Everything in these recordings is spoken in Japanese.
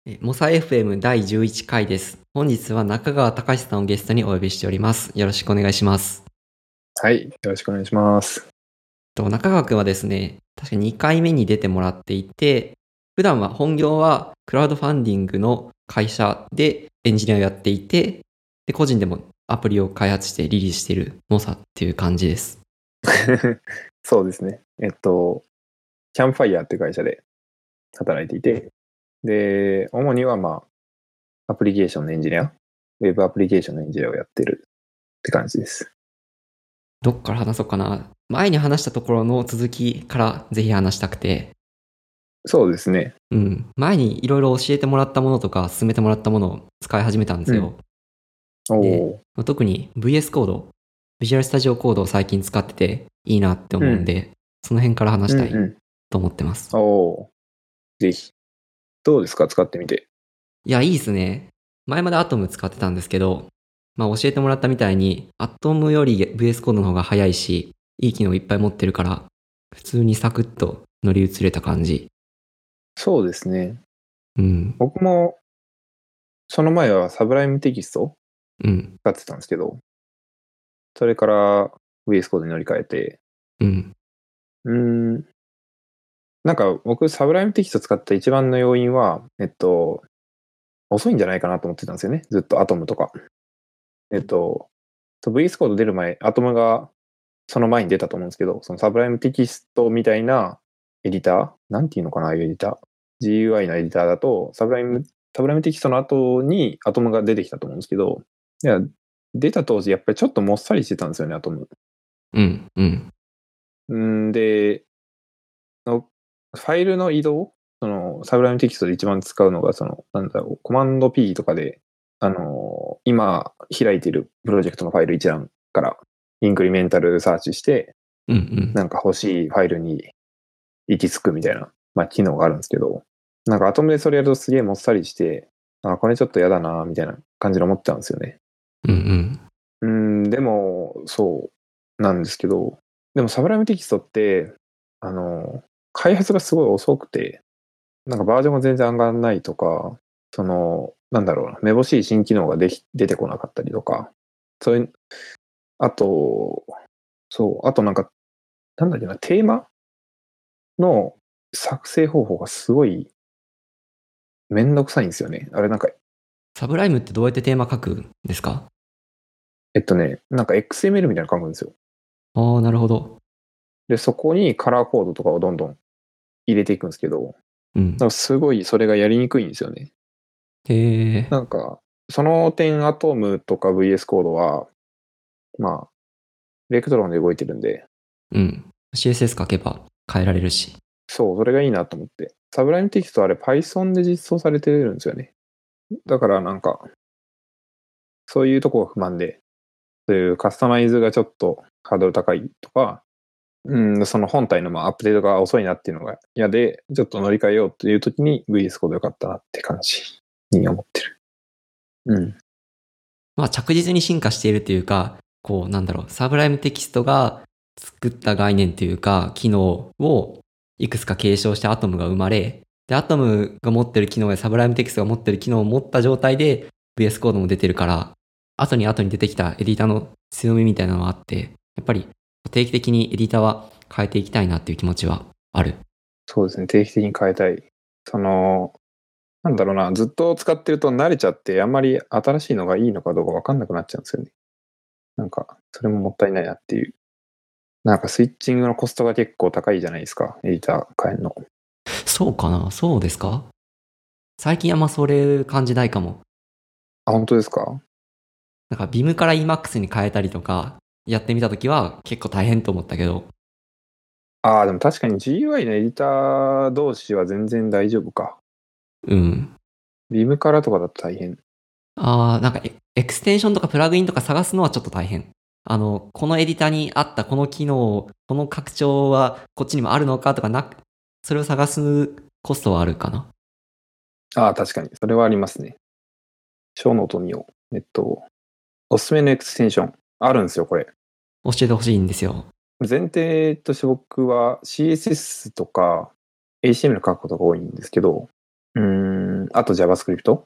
モサ FM 第11回です。本日は中川隆さんをゲストにお呼びしております。よろしくお願いします。 はい、よろしくお願いします。 中川くんはですね、確か2回目に出てもらっていて、普段は本業はクラウドファンディングの会社でエンジニアをやっていて、で個人でもアプリを開発してリリースしているモサっていう感じです。 そうですね。キャンプファイヤーっていう会社で働いていて、で、主にはアプリケーションのエンジニア、ウェブアプリケーションのエンジニアをやってるって感じです。 どっから話そうかな。前に話したところの続きからぜひ話したくて。 そうですね。 前にいろいろ教えてもらったものとか勧めてもらったものを使い始めたんですよ。で、特に VS コード、ビジュアルスタジオコードを最近使ってていいなって思うんで、その辺から話したいと思ってます。 ぜひ。どうですか、使ってみて。 いや、いいですね。前まで Atom 使ってたんですけど、教えてもらったみたいに Atom より VS コードの方が早いし、いい機能いっぱい持ってるから、普通にサクッと乗り移れた感じ。 そうですね。僕も、その前はサブライムテキスト使ってたんですけど、それから VS コードに乗り換えて、なんか僕、サブライムテキスト使った一番の要因は、遅いんじゃないかなと思ってたんですよね。ずっとアトムとか。VS コード出る前、アトムがその前に出たと思うんですけど、そのサブライムテキストみたいなエディターなんていうのかな、ああいうエディター。GUI のエディターだと、サブライムテキストの後にアトムが出てきたと思うんですけど、いや、出た当時、やっぱりちょっともっさりしてたんですよね、アトム。で、ファイルの移動、そのサブライムテキストで一番使うのが、コマンド P とかで、今開いているプロジェクトのファイル一覧からインクリメンタルサーチして、なんか欲しいファイルに行き着くみたいな、機能があるんですけど、なんかアトムでそれやるとすげえもっさりして、これちょっと嫌だな、みたいな感じで思ってたんですよね。でも、そうなんですけど、でもサブライムテキストって、開発がすごい遅くて、なんかバージョンが全然上がらないとか、めぼしい新機能が出てこなかったりとか、あとなんか、テーマの作成方法がすごいめんどくさいんですよね。あれサブライムってどうやってテーマ書くんですか？ なんか XML みたいなの書くんですよ。 ああ、なるほど。 で、そこにカラーコードとかをどんどん入れていくんですけど、なんかすごいそれがやりにくいんですよね。なんか、その点アトムとか VS コードは、エレクトロンで動いてるんで。 CSS 書けば変えられるし。 そう、それがいいなと思って。サブライムテキストあれ Python で実装されてるんですよね。だからなんか、そういうとこが不満で、そういうカスタマイズがちょっとハードル高いとか、その本体のアップデートが遅いなっていうのが嫌で、ちょっと乗り換えようっていう時に VS コードよかったなって感じに思ってる。 着実に進化しているというか、サブライムテキストが作った概念というか、機能をいくつか継承してアトムが生まれ、で、アトムが持ってる機能やサブライムテキストが持ってる機能を持った状態で VS コードも出てるから、後に出てきたエディターの強みみたいなのがあって、やっぱり定期的にエディターは変えていきたいなっていう気持ちはある。 そうですね、定期的に変えたい。ずっと使ってると慣れちゃって、あんまり新しいのがいいのかどうか分かんなくなっちゃうんですよね。なんか、それももったいないなっていう。なんかスイッチングのコストが結構高いじゃないですか、エディター変えるの。 そうかな？そうですか？最近あんまそれ感じないかも。 本当ですか？ なんか Vim から Emacs に変えたりとかやってみたときは結構大変と思ったけど。 でも確かに GUI のエディター同士は全然大丈夫か。Vim からとかだと大変。 なんかエクステンションとかプラグインとか探すのはちょっと大変。このエディターにあったこの機能、この拡張はこっちにもあるのかとかそれを探すコストはあるかな。 確かに。それはありますね。小ノート見よう。おすすめのエクステンションあるんですよ、これ。 教えてほしいんですよ。 前提として僕は CSS とか HTML 書くことが多いんですけど、 あと JavaScript。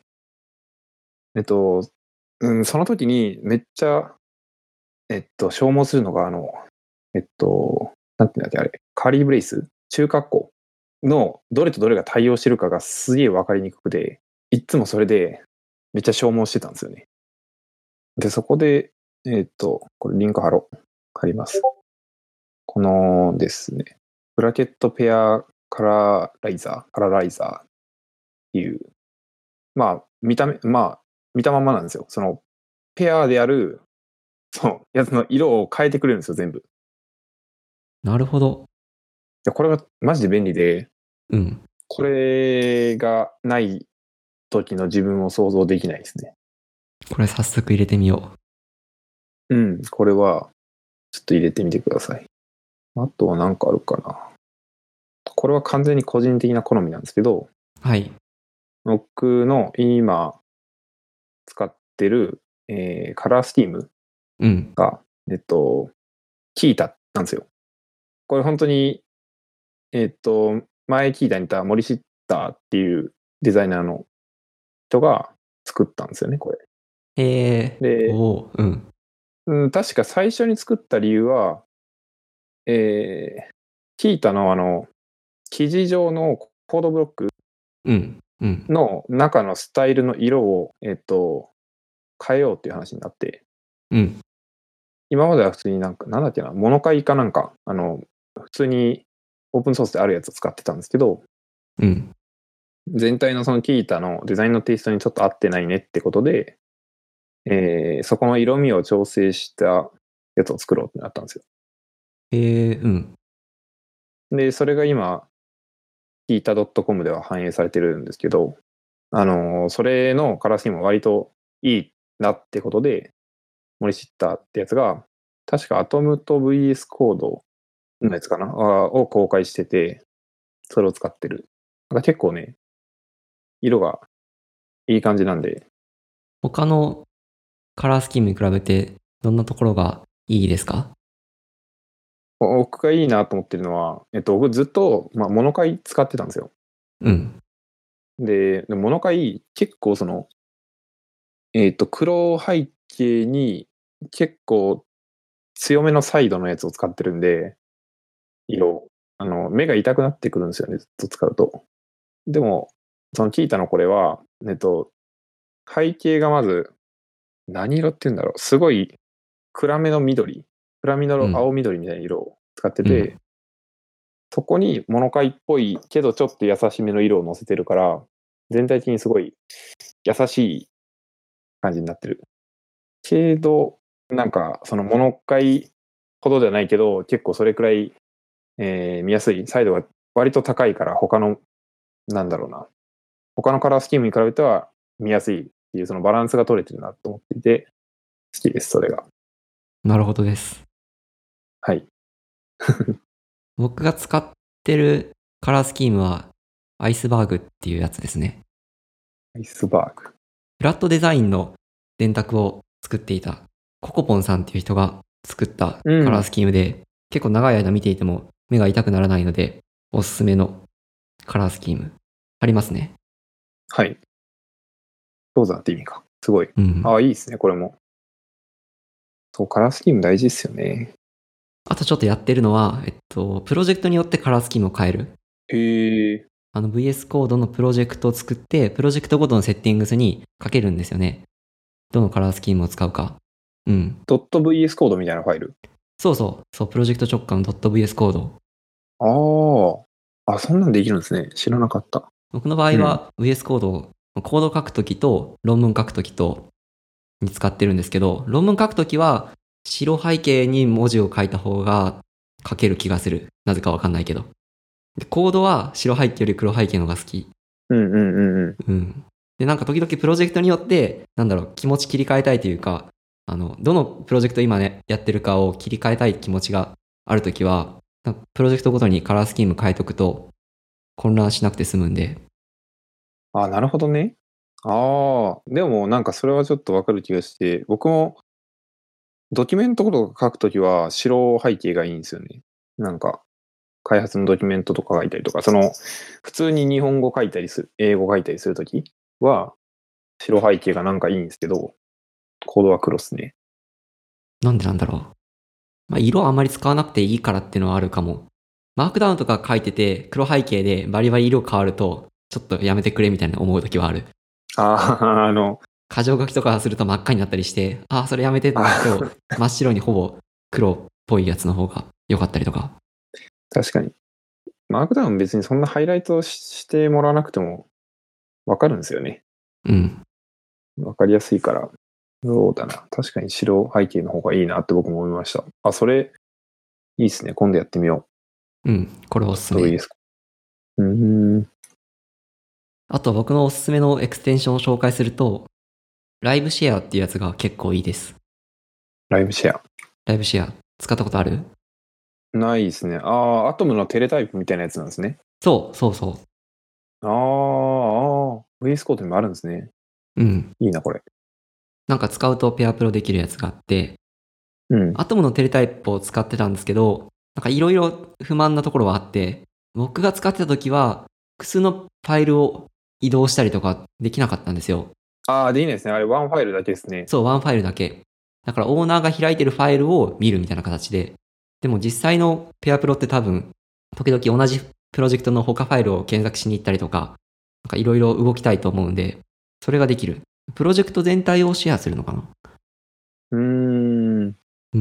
その時にめっちゃ、消耗するのが、なんていうんだっけ、あれ、カーリーブレイス中括弧のどれとどれが対応してるかがすげえ分かりにくくて、いつもそれでめっちゃ消耗してたんですよね。で、そこで、これリンク貼ります。このですね、ブラケットペアカラライザーっていう、見たままなんですよ。その、ペアである、そのやつの色を変えてくれるんですよ、全部。 なるほど。 で、これがマジで便利で、 うん。 これがない時の自分を想像できないですね。 これ早速入れてみようん、これは、ちょっと入れてみてください。あとは何かあるかな。これは完全に個人的な好みなんですけど、 う。はい。 僕の今使ってる、カラースキームうん。 が、キータなんですよ。これ本当に、前キータにいた森シッターっていうデザイナーの人が作ったんですよね、これ。で、確か最初に作った理由は、キータの記事上のコードブロックの中のスタイルの色を、変えようっていう話になって、今までは普通になんだっけな、モノカイかなんか、普通にオープンソースであるやつを使ってたんですけど、全体のそのキータのデザインのテイストにちょっと合ってないねってことで、そこの色味を調整したやつを作ろうってなったんですよ。で、それが今、キータ .com では反映されてるんですけど、それのカラースキームも割といいなってことで、森シッターってやつが、確かアトムと VS コードのやつかなを公開してて、それを使ってる。なんか結構ね、色がいい感じなんで。 他のカラースキームに比べて、どんなところがいいですか？ 僕がいいなと思ってるのは、僕ずっと、モノカイ使ってたんですよ。で、モノカイ結構その、黒背景に結構強めのサイドのやつを使ってるんで、色、目が痛くなってくるんですよね、ずっと使うと。でも、そのキータのこれは、背景がまず、何色って言うんだろう、すごい暗めの緑、暗めの青緑みたいな色を使ってて、そこにモノカイっぽいけどちょっと優しめの色をのせてるから、全体的にすごい優しい感じになってる。けど、なんかそのモノカイほどではないけど、結構それくらい、見やすい。サイドが割と高いから他の、なんだろうな。他のカラースキームに比べては見やすいっていうそのバランスが取れてるなと思っていて、好きです、それが。 なるほどです。 はい。 僕が使ってるカラースキームはアイスバーグっていうやつですね。 アイスバーグ。 フラットデザインの電卓を作っていたココポンさんっていう人が作ったカラースキームで、結構長い間見ていても目が痛くならないので、おすすめのカラースキームありますね。 はい。そうだって意味か。すごい。いいですね、これも。そう、カラースキーム大事ですよね。 あとちょっとやってるのは、プロジェクトによってカラースキームを変える。VS コードのプロジェクトを作って、プロジェクトごとのセッティングスにかけるんですよね。どのカラースキームを使うか。 .vs コードみたいなファイル。 そう、プロジェクト直下の .vs コード。 そんなんできるんですね。知らなかった。 僕の場合は VS コードを、コード書くときと論文書くときとに使ってるんですけど、論文書くときは白背景に文字を書いた方が書ける気がする。なぜかわかんないけど。コードは白背景より黒背景の方が好き。で、なんか時々プロジェクトによって、気持ち切り替えたいというか、どのプロジェクト今ね、やってるかを切り替えたい気持ちがあるときは、プロジェクトごとにカラースキーム変えとくと、混乱しなくて済むんで。 なるほどね。でもなんかそれはちょっとわかる気がして、僕もドキュメントとか書くときは白背景がいいんですよね。なんか、 開発のドキュメントとか書いたりとか、普通に日本語書いたりする、英語書いたりするときは、白背景がなんかいいんですけど、コードは黒っすね。 なんでなんだろう。まあ、色あんまり使わなくていいからっていうのはあるかも。マークダウンとか書いてて、黒背景でバリバリ色変わると、ちょっとやめてくれみたいな思うときはある。箇条書きとかすると真っ赤になったりして、それやめてってなると、真っ白にほぼ黒っぽいやつの方が良かったりとか。 確かに。マークダウン別にそんなハイライトしてもらわなくてもわかるんですよね。 うん。 わかりやすいから。そうだな。確かに白背景の方がいいなって僕も思いました。それ、いいっすね。今度やってみようん、これおすすう。どういいめ。 ですか？ あと僕のおすすめのエクステンションを紹介すると、ライブシェアっていうやつが結構いいです。 ライブシェア。 ライブシェア、使ったことある？ ないですね。アトムのテレタイプみたいなやつなんですね。 そうそうそ VS コードにもあるんですね。 う。うん。 いいな、これ。 なんか使うとペアプロできるやつがあって、 うん。 アトムのテレタイプを使ってたんですけど、なんかいろいろ不満なところはあって、僕が使ってた時は、複数のファイルを移動したりとかできなかったんですよ。 でいいですね。あれ、ワンファイルだけですね。 そう、ワンファイルだけ。だからオーナーが開いてるファイルを見るみたいな形で。でも実際のペアプロって多分、時々同じプロジェクトの他ファイルを検索しに行ったりとか、なんかいろいろ動きたいと思うんで、それができる。プロジェクト全体をシェアするのかな？うん。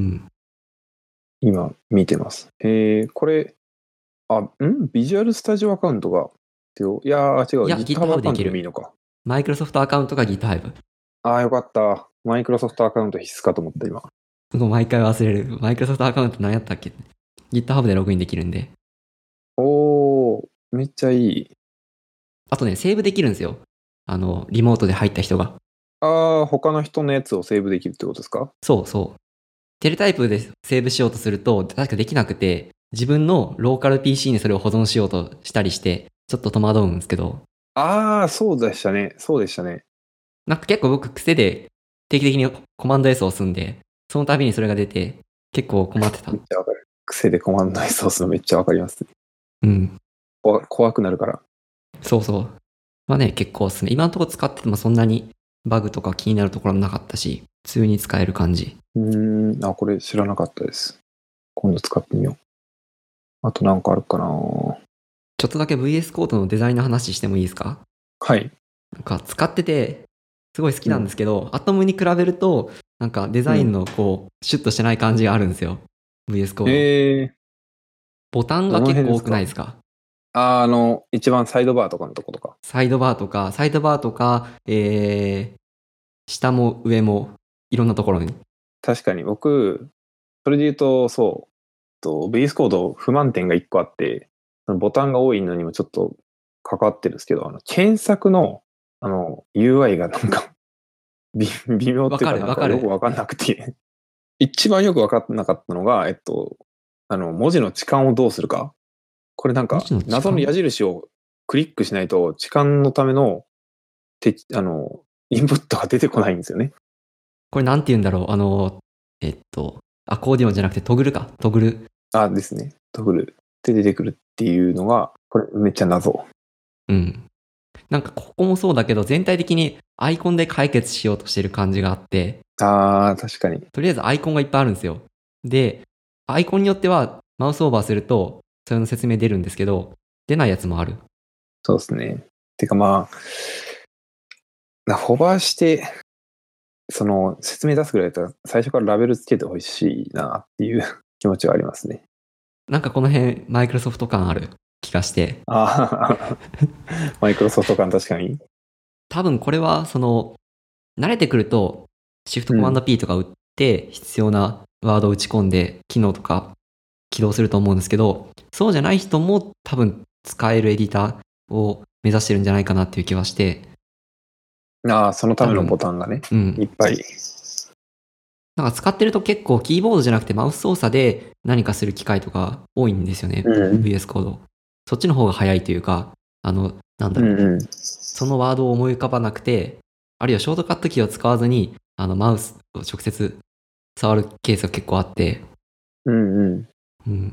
今、見てます。これ、ビジュアルスタジオアカウントが、いや、違う。 いや、 GitHub GitHub アカウントできる。 でもいいのか。 マイクロソフトアカウントが GitHub。 よかった。マイクロソフトアカウント必須かと思った、今。 もう毎回忘れる。マイクロソフトアカウント何やったっけ？ GitHub でログインできるんで。 めっちゃいい。 あとね、セーブできるんですよ。リモートで入った人が。 他の人のやつをセーブできるってことですか？ そうそう。テレタイプでセーブしようとすると、確かできなくて、自分のローカル PC にそれを保存しようとしたりして、ちょっと戸惑うんですけど。 そうでしたね。そうでしたね。 なんか結構僕癖で定期的にコマンド S を押すんで、その度にそれが出て、結構困ってた。 めっちゃわかる。癖でコマンド S 押すのめっちゃわかります。 うん。 怖くなるから。 そうそう。まあね、結構おすすめ。今のところ使っててもそんなにバグとか気になるところもなかったし、普通に使える感じ。 これ知らなかったです。今度使ってみよう。あとなんかあるかな。 ちょっとだけ VS コードのデザインの話してもいいですか？ はい。 なんか使ってて、すごい好きなんですけど、アトムに比べると、なんかデザインのシュッとしてない感じがあるんですよ。VS コード。ボタンが結構多くないですか？ 一番サイドバーとかのとことか。 サイドバーとか、下も上もいろんなところに。 確かに僕、それで言うと、VS コード不満点が1個あって、ボタンが多いのにもちょっと関わってるんですけど、検索の、UI がなんか微妙っていうか、なんかよくわかんなくて、一番よくわかんなかったのが、文字の置換をどうするか。これなんか、謎の矢印をクリックしないと、置換のための、インプットが出てこないんですよね。 これなんて言うんだろう。アコーディオンじゃなくてトグルか。トグル。 ですね。トグルって出てくるっていうのが、これめっちゃ謎。 うん。なんかここもそうだけど、全体的にアイコンで解決しようとしてる感じがあって。 確かに。 とりあえずアイコンがいっぱいあるんですよ。で、アイコンによってはマウスオーバーすると、それの説明出るんですけど、出ないやつもある。 そうですね。てかホバーして、その説明出すぐらいだったら最初からラベルつけてほしいなっていう気持ちはありますね。 なんかこの辺マイクロソフト感ある気がして。 マイクロソフト感確かに。 多分これは慣れてくるとシフトコマンド P とか打って必要なワードを打ち込んで機能とか起動すると思うんですけど、そうじゃない人も多分使えるエディターを目指してるんじゃないかなっていう気はして。 そのためのボタンがね、いっぱい。 なんか使ってると結構キーボードじゃなくてマウス操作で何かする機会とか多いんですよね。VS コード。そっちの方が早いというか、なんだろう。そのワードを思い浮かばなくて、あるいはショートカットキーを使わずに、マウスを直接触るケースが結構あって。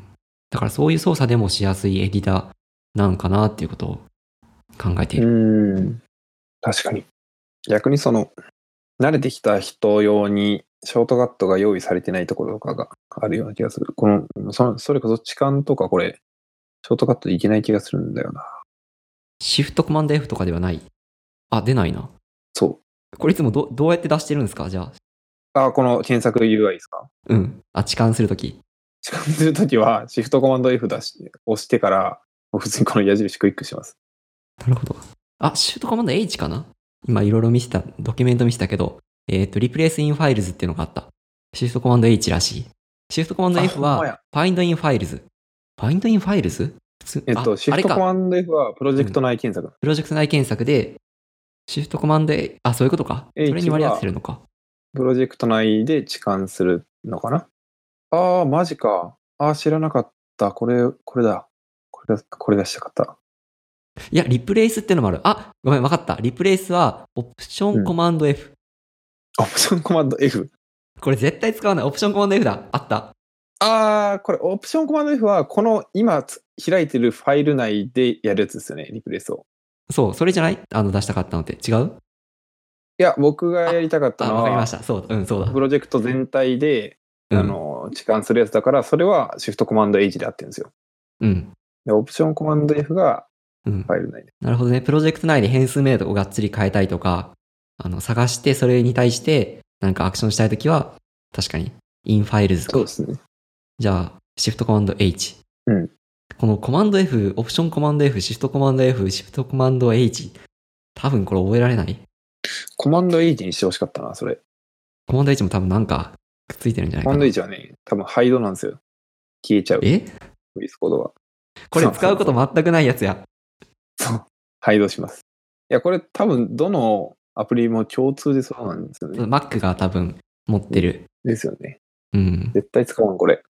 だからそういう操作でもしやすいエディターなんかなっていうことを考えている。 確かに。逆にその、慣れてきた人用にショートカットが用意されてないところとかがあるような気がする。それこそ痴漢とかこれ、ショートカットでいけない気がするんだよな。 シフトコマンド F とかではない。あ、出ないな。 そこれいつもどうやって出してるんですかじゃあ。 う。この検索 UI ですか？ うん。あ、痴漢するとき。 痴漢するときは、シフトコマンド F 押してから、普通にこの矢印クリックします。 なるほど。あ、シフトコマンド H かな今いろいろドキュメント見せたけど、リプレイスインファイルズっていうのがあった。シフトコマンド H らしい。シフトコマンド F は、find in files。find in files？ シフトコマンド F はプロジェクト内検索。 プロジェクト内検索で、シフトコマンド A、そういうことか。それに割り当ててるのか。 プロジェクト内で置換するのかな？マジか。知らなかった。これだ。これがしたかった。 いや、リプレイスってのもある。ごめん、わかった。リプレイスは、オプションコマンド F。 オプションコマンド F。 これ絶対使わない。オプションコマンド F だ。あった。 これ、オプションコマンド F は、この今開いてるファイル内でやるやつですよね、リプレイスを。 そう、それじゃない出したかったのって。違う？ いや、僕がやりたかったのは、 わかりました。そうだ。 プロジェクト全体で、置換するやつだから、それはシフトコマンド H であってるんですよ。 うん。 で、オプションコマンド F が、ファイル内で、 なるほどね。プロジェクト内で変数名をがっつり変えたいとか、探してそれに対してなんかアクションしたいときは、確かに、in files か。 そうですね。 じゃあ、シフトコマンド H。 このコマンド F、オプションコマンド F、シフトコマンド F、シフトコマンド H。多分これ覚えられない。 コマンド H にしてほしかったな、それ。 コマンド H も多分なんかくっついてるんじゃないかな。 コマンド H はね、多分ハイドなんですよ。消えちゃう。VS コードは。 これ使うこと全くないやつや。 そう。ハイドします。いや、これ多分どのアプリも共通でそうなんですよね。 Mac が多分持ってる。 ですよね。 絶対使わん、これ。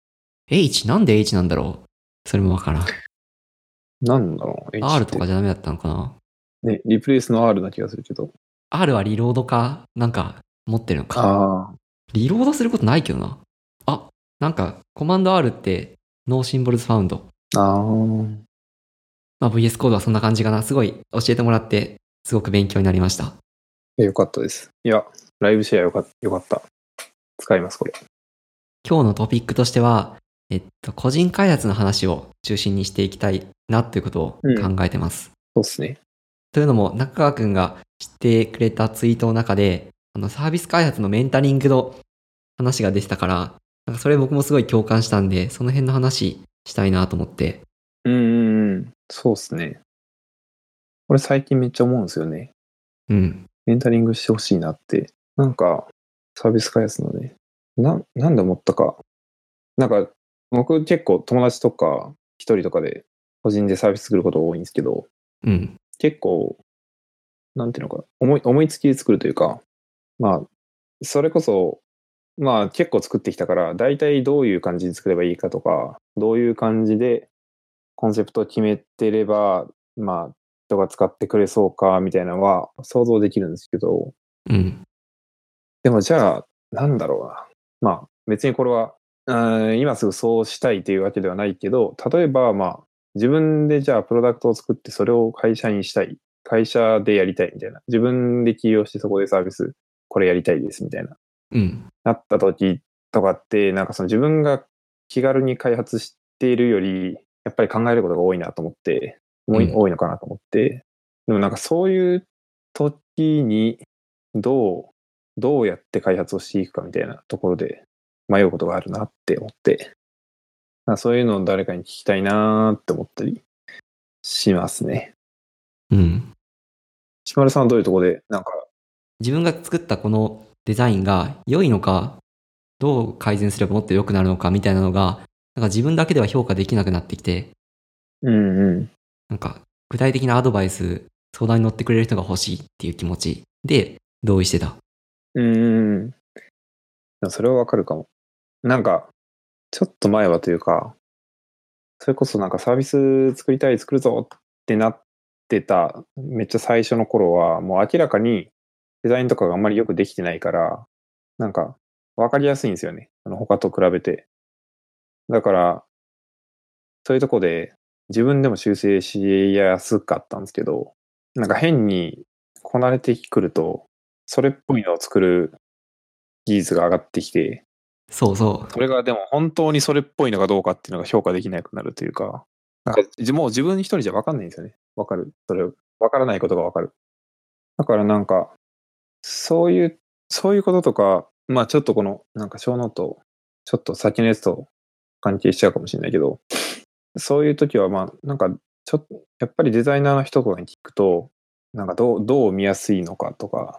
H、なんで H なんだろう？それもわからん。 なんだろう、 R とかじゃダメだったのかな？ ね、リプレイスの R な気がするけど。 R はリロードか、なんか持ってるのか。リロードすることないけどな。なんかコマンド R ってノーシンボルズファウンド。VS コードはそんな感じかな。すごい教えてもらって、すごく勉強になりました。 よかったです。いや、ライブシェアよかった。使います、これ。 今日のトピックとしては、個人開発の話を中心にしていきたいなということを考えてます。 そうですね。 というのも、中川くんがしてくれたツイートの中で、サービス開発のメンタリングの話が出てたから、なんかそれ僕もすごい共感したんで、その辺の話したいなと思って。 そうですね。これ最近めっちゃ思うんですよね。メンタリングしてほしいなって。なんか、サービス開発のね、なんで思ったか。なんか、僕結構友達とか一人とかで個人でサービス作ることが多いんですけど、結構、なんていうのかな、思いつきで作るというか、それこそ、結構作ってきたから、大体どういう感じに作ればいいかとか、どういう感じでコンセプトを決めてれば、人が使ってくれそうか、みたいなのは想像できるんですけど、でもじゃあ、なんだろうな。別にこれは、今すぐそうしたいというわけではないけど、例えば、自分でじゃあプロダクトを作ってそれを会社にしたい。会社でやりたいみたいな。自分で起業してそこでサービス、これやりたいですみたいな。なった時とかって、なんかその自分が気軽に開発しているより、やっぱり考えることが多いなと思って、多いのかなと思って、でもなんかそういう時にどうやって開発をしていくかみたいなところで迷うことがあるなって思って、そういうのを誰かに聞きたいなって思ったりしますね。千丸さんはどういうところでなんか自分が作ったこのデザインが良いのか、どう改善すればもっと良くなるのかみたいなのが、なんか自分だけでは評価できなくなってきて、なんか具体的なアドバイス、相談に乗ってくれる人が欲しいっていう気持ちで同意してた。 それはわかるかも。なんか、ちょっと前はというか、それこそなんかサービス作るぞってなってた、めっちゃ最初の頃は、もう明らかにデザインとかがあんまりよくできてないから、なんか、わかりやすいんですよね。他と比べて。だから、 そういうとこで自分でも修正しやすかったんですけど、なんか変にこなれてくると、それっぽいのを作る技術が上がってきて、 そうそそれがでも本当にそれっぽいのかどうかっていうのが評価できなくなるというか、なんかもう自分一人じゃ分かんないんですよね。分かる。それ、分からないことが分かる。だからなんか、そういうこととか、まあちょっとこの、なんか小ノート、ちょっと先のやつと関係しちゃうかもしれないけど、そういう時はまあ、なんか、ちょっと、やっぱりデザイナーの人とかに聞くと、なんかどう見やすいのかとか、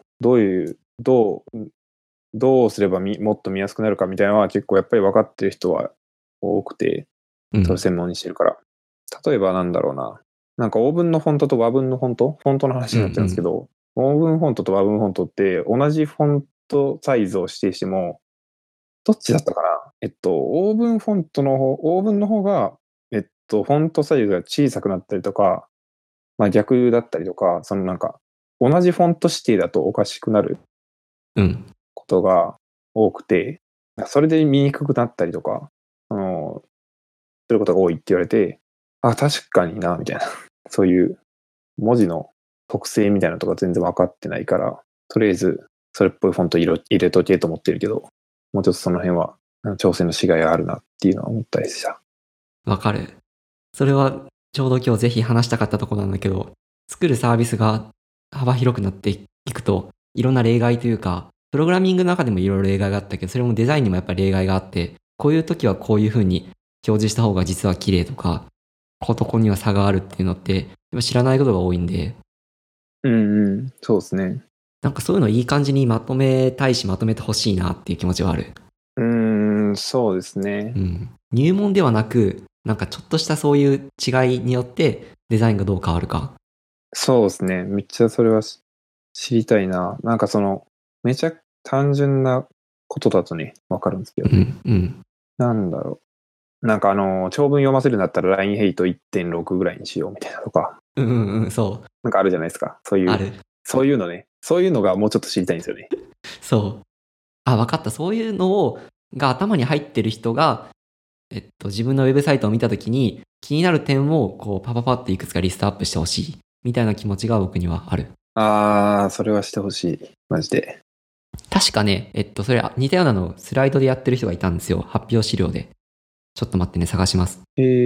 どうすればもっと見やすくなるかみたいなのは結構やっぱり分かってる人は多くて、 う。うん。 それ専門にしてるから。例えばなんだろうな。なんかオーブンのフォントと和文のフォントの話になっちゃうんですけど、オーブンフォントと和文フォントって同じフォントサイズを指定しても、どっちだったかな。オーブンの方が、フォントサイズが小さくなったりとか、まあ逆だったりとか、そのなんか、同じフォント指定だとおかしくなるうん。 ことが多くて、それで見にくくなったりとか、することが多いって言われて、あ、確かにな、みたいな。そういう文字の特性みたいなのとか全然分かってないから、とりあえずそれっぽいフォント入れとけと思ってるけど、もうちょっとその辺は調整のしがいがあるなっていうのは思ったりした。 わかる。それはちょうど今日ぜひ話したかったところなんだけど、作るサービスが幅広くなっていくと、いろんな例外というか、プログラミングの中でもいろいろ例外があったけど、それもデザインにもやっぱり例外があって、こういう時はこういう風に表示した方が実は綺麗とか、ここには差があるっていうのって、やっぱ知らないことが多いんで、 そうですね。 なんかそういうのいい感じにまとめたいし、まとめてほしいなっていう気持ちはある。 そうですね。 入門ではなく、なんかちょっとしたそういう違いによってデザインがどう変わるか。 そうですね。めっちゃそれは知りたいな。なんかめちゃ単純なことだとね、わかるんですけど、なんだろう。なんか長文読ませるんだったら LINE ヘイト 1.6 ぐらいにしようみたいなとか、 そう。 なんかあるじゃないですか。そういうのね。そういうのがもうちょっと知りたいんですよね。 そう。あ、わかった。そういうのが頭に入ってる人が、自分のウェブサイトを見たときに気になる点をこうパパパっていくつかリストアップしてほしい。みたいな気持ちが僕にはある。 それはしてほしい。マジで。 確かね、それ似たようなのスライドでやってる人がいたんですよ。発表資料で。ちょっと待ってね、探します。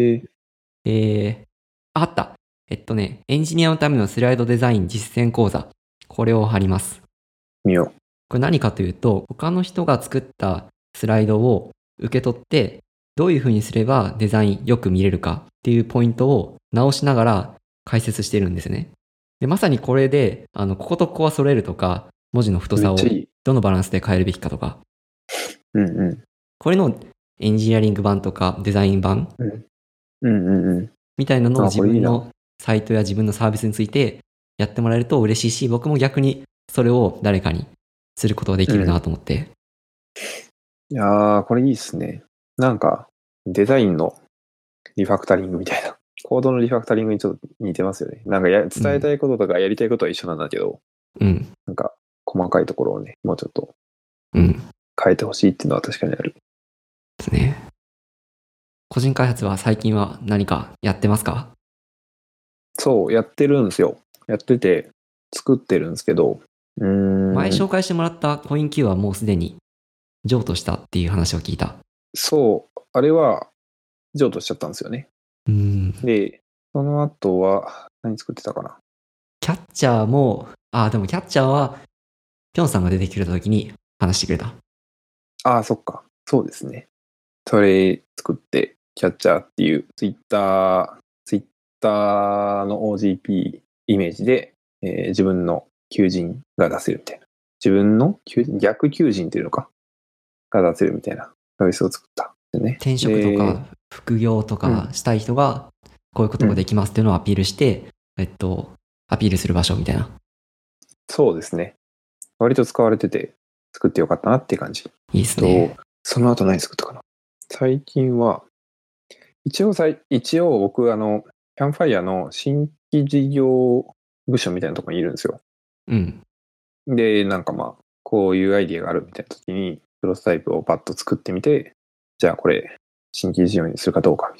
あった。エンジニアのためのスライドデザイン実践講座。これを貼ります。 見よう。 これ何かというと、他の人が作ったスライドを受け取って、どういう風にすればデザインよく見れるかっていうポイントを直しながら解説してるんですね。で、まさにこれで、こことここは揃えるとか、文字の太さをどのバランスで変えるべきかとか。これのエンジニアリング版とかデザイン版みたいなのを自分のサイトや自分のサービスについてやってもらえると嬉しいし、僕も逆にそれを誰かにすることができるなと思って。 いやー、これいいっすね。なんか、デザインのリファクタリングみたいな。コードのリファクタリングにちょっと似てますよね。なんか伝えたいこととかやりたいことは一緒なんだけど、なんか細かいところをね、もうちょっと変えてほしいっていうのは確かにある。 ですね。個人開発は最近は何かやってますか？ そう、やってるんですよ。やってて、作ってるんですけど、 前紹介してもらったコイン Q はもうすでに譲渡したっていう話を聞いた。 そう、あれは譲渡しちゃったんですよね。で、その後は何作ってたかな。 キャッチャーも、でもキャッチャーは、ぴょんさんが出てくれた時に話してくれた。 そっか。そうですね。それ作って、キャッチャーっていうツイッターの OGP イメージで、自分の求人が出せるみたいな。自分の逆求人っていうのかが出せるみたいなサービスを作ったんですね。 転職とか副業とかしたい人がこういうことができますっていうのをアピールして、アピールする場所みたいな。 そうですね。割と使われてて作ってよかったなっていう感じ。 いいですね。 その後何作ったかな。最近は、一応僕キャンファイヤーの新規事業部署みたいなところにいるんですよ。で、なんかまあ、こういうアイディアがあるみたいな時に、プロトタイプをパッと作ってみて、じゃあこれ、新規事業にするかどうかみたいな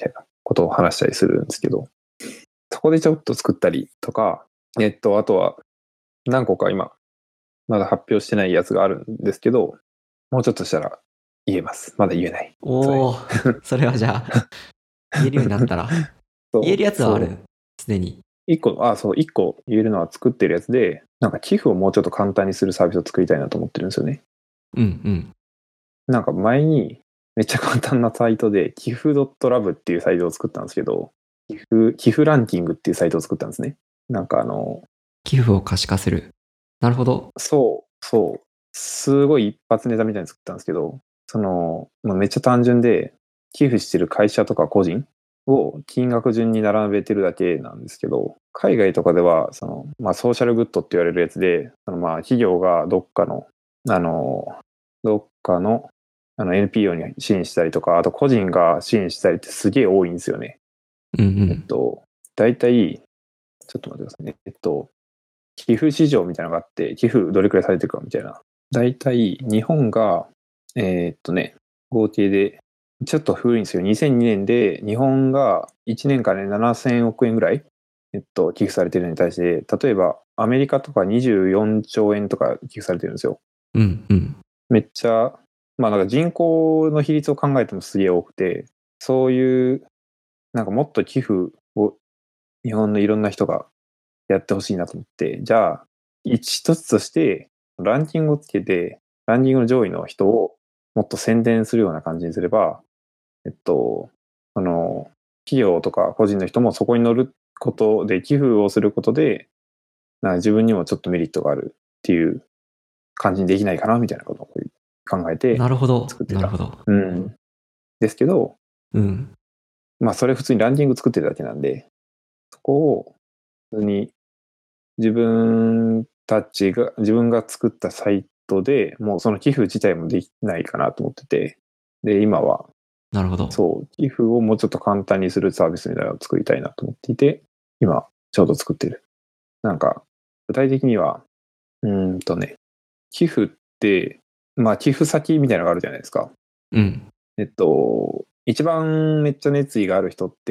ことを話したりするんですけど、そこでちょっと作ったりとか、あとは何個か今、まだ発表してないやつがあるんですけど、もうちょっとしたら言えます。まだ言えない。 おー、それはじゃあ、言えるようになったら。 そう言えるやつはあそうる、すでに。 一個言えるのは作ってるやつで、なんか寄付をもうちょっと簡単にするサービスを作りたいなと思ってるんですよね。 うんうん。 なんか前にめっちゃ簡単なサイトで寄付 .love っていうサイトを作ったんですけど、寄付ランキングっていうサイトを作ったんですね。なんか寄付を可視化する。なるほど。 そう、すごい一発ネタみたいに作ったんですけど、めっちゃ単純で、寄付してる会社とか個人を金額順に並べてるだけなんですけど、海外とかでは、ソーシャルグッドって言われるやつで、企業がどっかの、NPO に支援したりとか、あと個人が支援したりってすげえ多いんですよね。 うんうん。 大体、ちょっと待ってくださいね。寄付市場みたいなのがあって、寄付どれくらいされてるかみたいな。大体、日本が、合計で、ちょっと古いんですよ。2002年で、日本が1年間で7000億円ぐらい、寄付されてるのに対して、例えば、アメリカとか24兆円とか寄付されてるんですよ。 うんうん。 めっちゃ、なんか人口の比率を考えてもすげえ多くて、そういう、なんかもっと寄付を日本のいろんな人がやってほしいなと思って、じゃあ、一つとして、ランキングをつけて、ランキングの上位の人をもっと宣伝するような感じにすれば、企業とか個人の人もそこに乗ることで、寄付をすることで、なんか自分にもちょっとメリットがあるっていう感じにできないかな、みたいなことを考えてなるほど。 作ってた。 なるほど。 ですけど、 うん。 それ普通にランキング作ってるだけなんで、そこを普通に自分が作ったサイトでもうその寄付自体もできないかなと思ってて、で、今は、 なるほど。 寄付をもうちょっと簡単にするサービスみたいなのを作りたいなと思っていて、今、ちょうど作ってる。なんか、具体的には、寄付って、寄付先みたいなのがあるじゃないですか。 うん。 一番めっちゃ熱意がある人って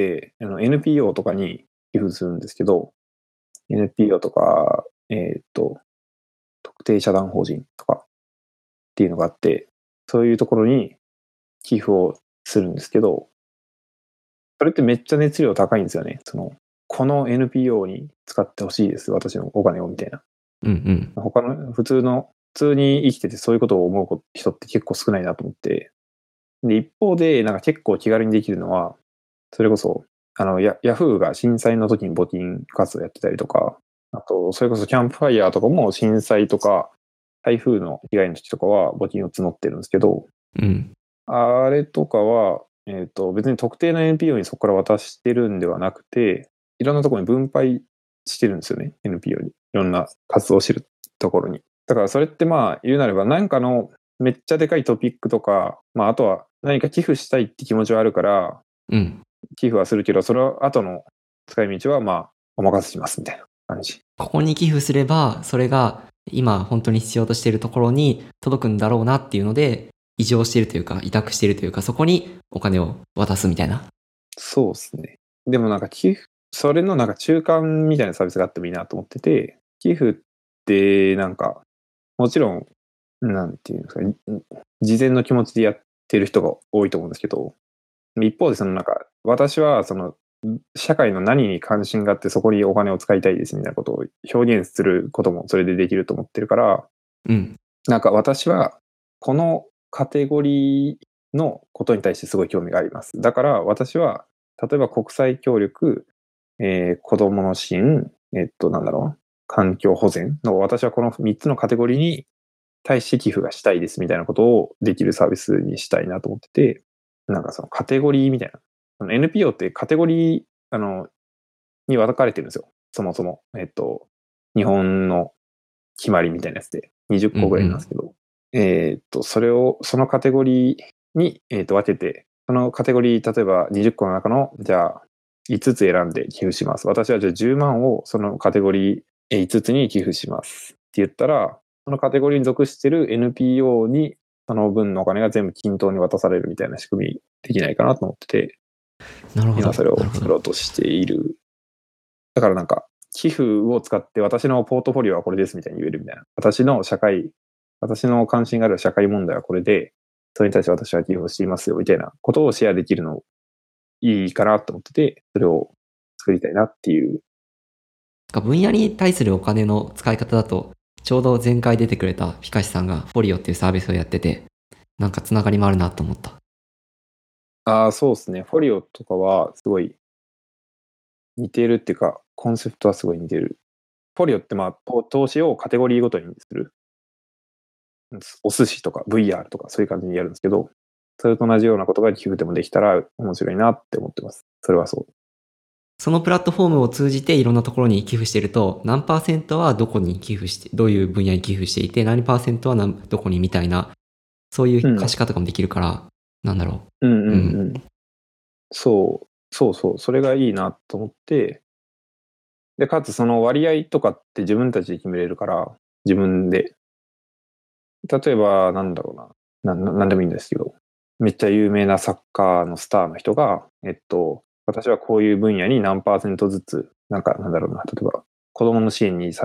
、NPO とかに寄付するんですけど、NPO とか、特定社団法人とかっていうのがあって、そういうところに寄付をするんですけど、それってめっちゃ熱量高いんですよね。この NPO に使ってほしいです、私のお金をみたいな。 うんうん。 他の普通に生きててそういうことを思う人って結構少ないなと思って。で、一方で、なんか結構気軽にできるのは、それこそ、ヤフーが震災の時に募金活動やってたりとか、あと、それこそキャンプファイヤーとかも震災とか、台風の被害の時とかは募金を募ってるんですけど、 うん。 あれとかは、別に特定の NPO にそこから渡してるんではなくて、いろんなところに分配してるんですよね、NPO に。いろんな活動してるところに。だからそれって言うなれば何かのめっちゃでかいトピックとか、あとは何か寄付したいって気持ちはあるから、 うん。 寄付はするけど、その後の使い道はお任せしますみたいな感じ。 ここに寄付すれば、それが今本当に必要としているところに届くんだろうなっていうので、移譲しているというか、委託しているというか、そこにお金を渡すみたいな。 そうですね。でもなんかそれのなんか中間みたいなサービスがあってもいいなと思ってて、寄付ってなんか、もちろん、なんていうんですか、事前の気持ちでやってる人が多いと思うんですけど、一方で私は社会の何に関心があってそこにお金を使いたいですみたいなことを表現することもそれでできると思ってるから、 うん。 なんか私はこのカテゴリーのことに対してすごい興味があります。だから私は、例えば国際協力、子供の支援、環境保全の私はこの3つのカテゴリーに対して寄付がしたいですみたいなことをできるサービスにしたいなと思ってて、なんかそのカテゴリーみたいな。NPO ってカテゴリー、に分かれてるんですよ。そもそも。日本の決まりみたいなやつで20個ぐらいなんですけど、そのカテゴリーに、分けて、そのカテゴリー、例えば20個の中の、じゃあ、5つ選んで寄付します。私はじゃあ10万をそのカテゴリー5つに寄付しますって言ったら、そのカテゴリーに属してる NPO にその分のお金が全部均等に渡されるみたいな仕組みできないかなと思ってて。 なるほど。 今それをなるほど。 作ろうとしている。だからなんか、寄付を使って私のポートフォリオはこれですみたいに言えるみたいな。私の関心がある社会問題はこれで、それに対して私は寄付をしていますよみたいなことをシェアできるのいいかなと思ってて、それを作りたいなっていう。 分野に対するお金の使い方だと、ちょうど前回出てくれたピカシさんがフォリオっていうサービスをやってて、なんかつながりもあるなと思った。 ああ、そうですね。フォリオとかはすごい似てるっていうか、コンセプトはすごい似てる。フォリオって投資をカテゴリーごとにする。お寿司とか VR とかそういう感じにやるんですけど、それと同じようなことが寄付でもできたら面白いなって思ってます。それはそう。 そのプラットフォームを通じていろんなところに寄付してると、何%はどこに寄付して、どういう分野に寄付していて、何%はどこにみたいな、そういう可視化とかもできるから、なんだろう。 そう。それがいいなと思って、で、かつその割合とかって自分たちで決めれるから、自分で。例えば、なんだろうな。なんでもいいんですけど、めっちゃ有名なサッカーのスターの人が、私はこういう分野に何%ずつ、なんだろうな。例えば、子供の支援に